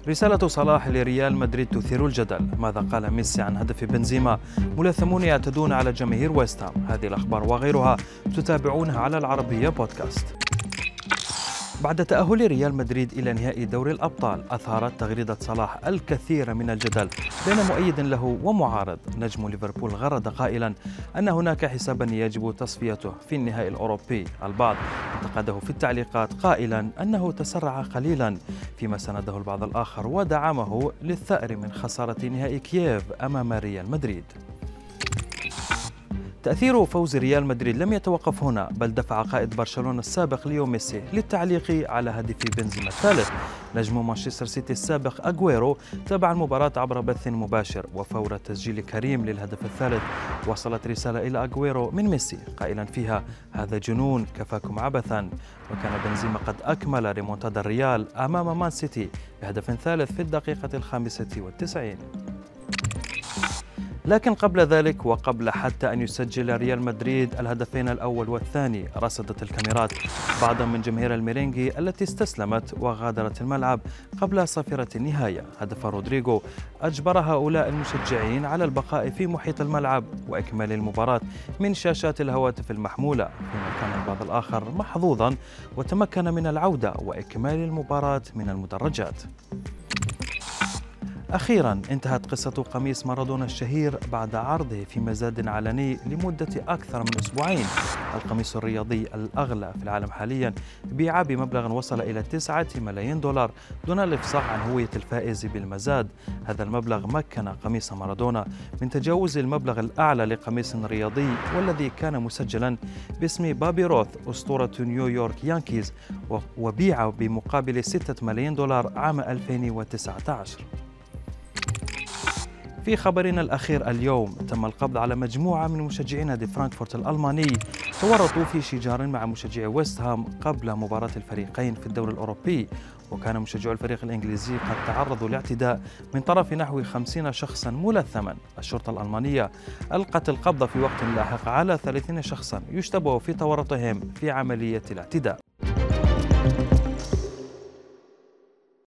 رسالة صلاح لريال مدريد تثير الجدل. ماذا قال ميسي عن هدف بنزيما؟ ملثمون يعتدون على جماهير ويست هام. هذه الأخبار وغيرها تتابعونها على العربية بودكاست. بعد تأهل ريال مدريد إلى نهائي دوري الأبطال، أثارت تغريدة صلاح الكثير من الجدل بين مؤيد له ومعارض. نجم ليفربول غرد قائلا أن هناك حسابا يجب تصفيته في النهائي الأوروبي. البعض انتقده في التعليقات قائلا أنه تسرع قليلا، فيما سنده البعض الآخر ودعمه للثأر من خسارة نهائي كييف أمام ريال مدريد. تأثير فوز ريال مدريد لم يتوقف هنا، بل دفع قائد برشلونة السابق ليو ميسي للتعليق على هدف بنزيما الثالث. نجم مانشستر سيتي السابق أغويرو تابع المباراة عبر بث مباشر، وفور تسجيل كريم للهدف الثالث وصلت رسالة إلى أغويرو من ميسي قائلا فيها: هذا جنون، كفاكم عبثا. وكان بنزيما قد أكمل ريمونتادا الريال أمام مان سيتي بهدف ثالث في الدقيقة 95. لكن قبل ذلك وقبل حتى أن يسجل ريال مدريد الهدفين الأول والثاني، رصدت الكاميرات بعضا من جماهير الميرينغي التي استسلمت وغادرت الملعب قبل صافرة النهاية. هدف رودريغو أجبر هؤلاء المشجعين على البقاء في محيط الملعب وإكمال المباراة من شاشات الهواتف المحمولة، فيما كان البعض الآخر محظوظا وتمكن من العودة وإكمال المباراة من المدرجات. أخيراً انتهت قصة قميص مارادونا الشهير بعد عرضه في مزاد علني لمدة أكثر من أسبوعين. القميص الرياضي الأغلى في العالم حالياً بيع بمبلغ وصل إلى 9 ملايين دولار دون الإفصاح عن هوية الفائز بالمزاد. هذا المبلغ مكن قميص مارادونا من تجاوز المبلغ الأعلى لقميص رياضي، والذي كان مسجلاً باسم بابي روث أسطورة نيويورك يانكيز، وبيع بمقابل 6 ملايين دولار عام 2019. في خبرنا الأخير اليوم، تم القبض على مجموعة من مشجعي نادي فرانكفورت الألماني تورطوا في شجار مع مشجعي ويست هام قبل مباراة الفريقين في الدوري الأوروبي. وكان مشجعو الفريق الإنجليزي قد تعرضوا لاعتداء من طرف نحو 50 شخصا ملثما. الشرطة الألمانية ألقت القبض في وقت لاحق على 30 شخصا يشتبه في تورطهم في عملية الاعتداء.